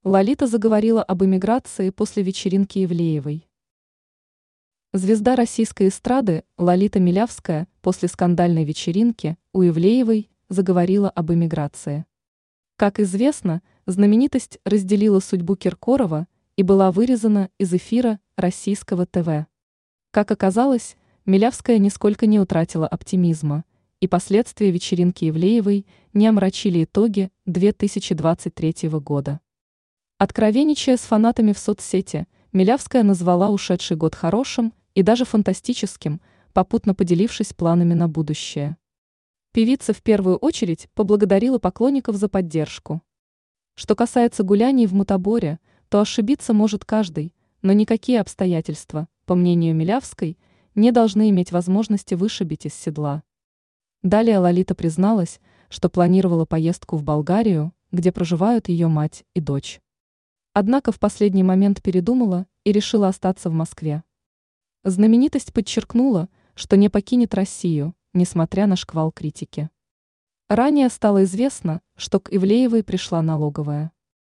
Лолита заговорила об эмиграции после вечеринки Ивлеевой. Звезда российской эстрады Лолита Милявская после скандальной вечеринки у Ивлеевой заговорила об эмиграции. Как известно, знаменитость разделила судьбу Киркорова и была вырезана из эфира российского ТВ. Как оказалось, Милявская нисколько не утратила оптимизма, и последствия вечеринки Ивлеевой не омрачили итоги 2023 года. Откровенничая с фанатами в соцсети, Милявская назвала ушедший год хорошим и даже фантастическим, попутно поделившись планами на будущее. Певица в первую очередь поблагодарила поклонников за поддержку. Что касается гуляний в Мутаборе, то ошибиться может каждый, но никакие обстоятельства, по мнению Милявской, не должны иметь возможности вышибить из седла. Далее Лолита призналась, что планировала поездку в Болгарию, где проживают ее мать и дочь. Однако в последний момент передумала и решила остаться в Москве. Знаменитость подчеркнула, что не покинет Россию, несмотря на шквал критики. Ранее стало известно, что к Ивлеевой пришла налоговая.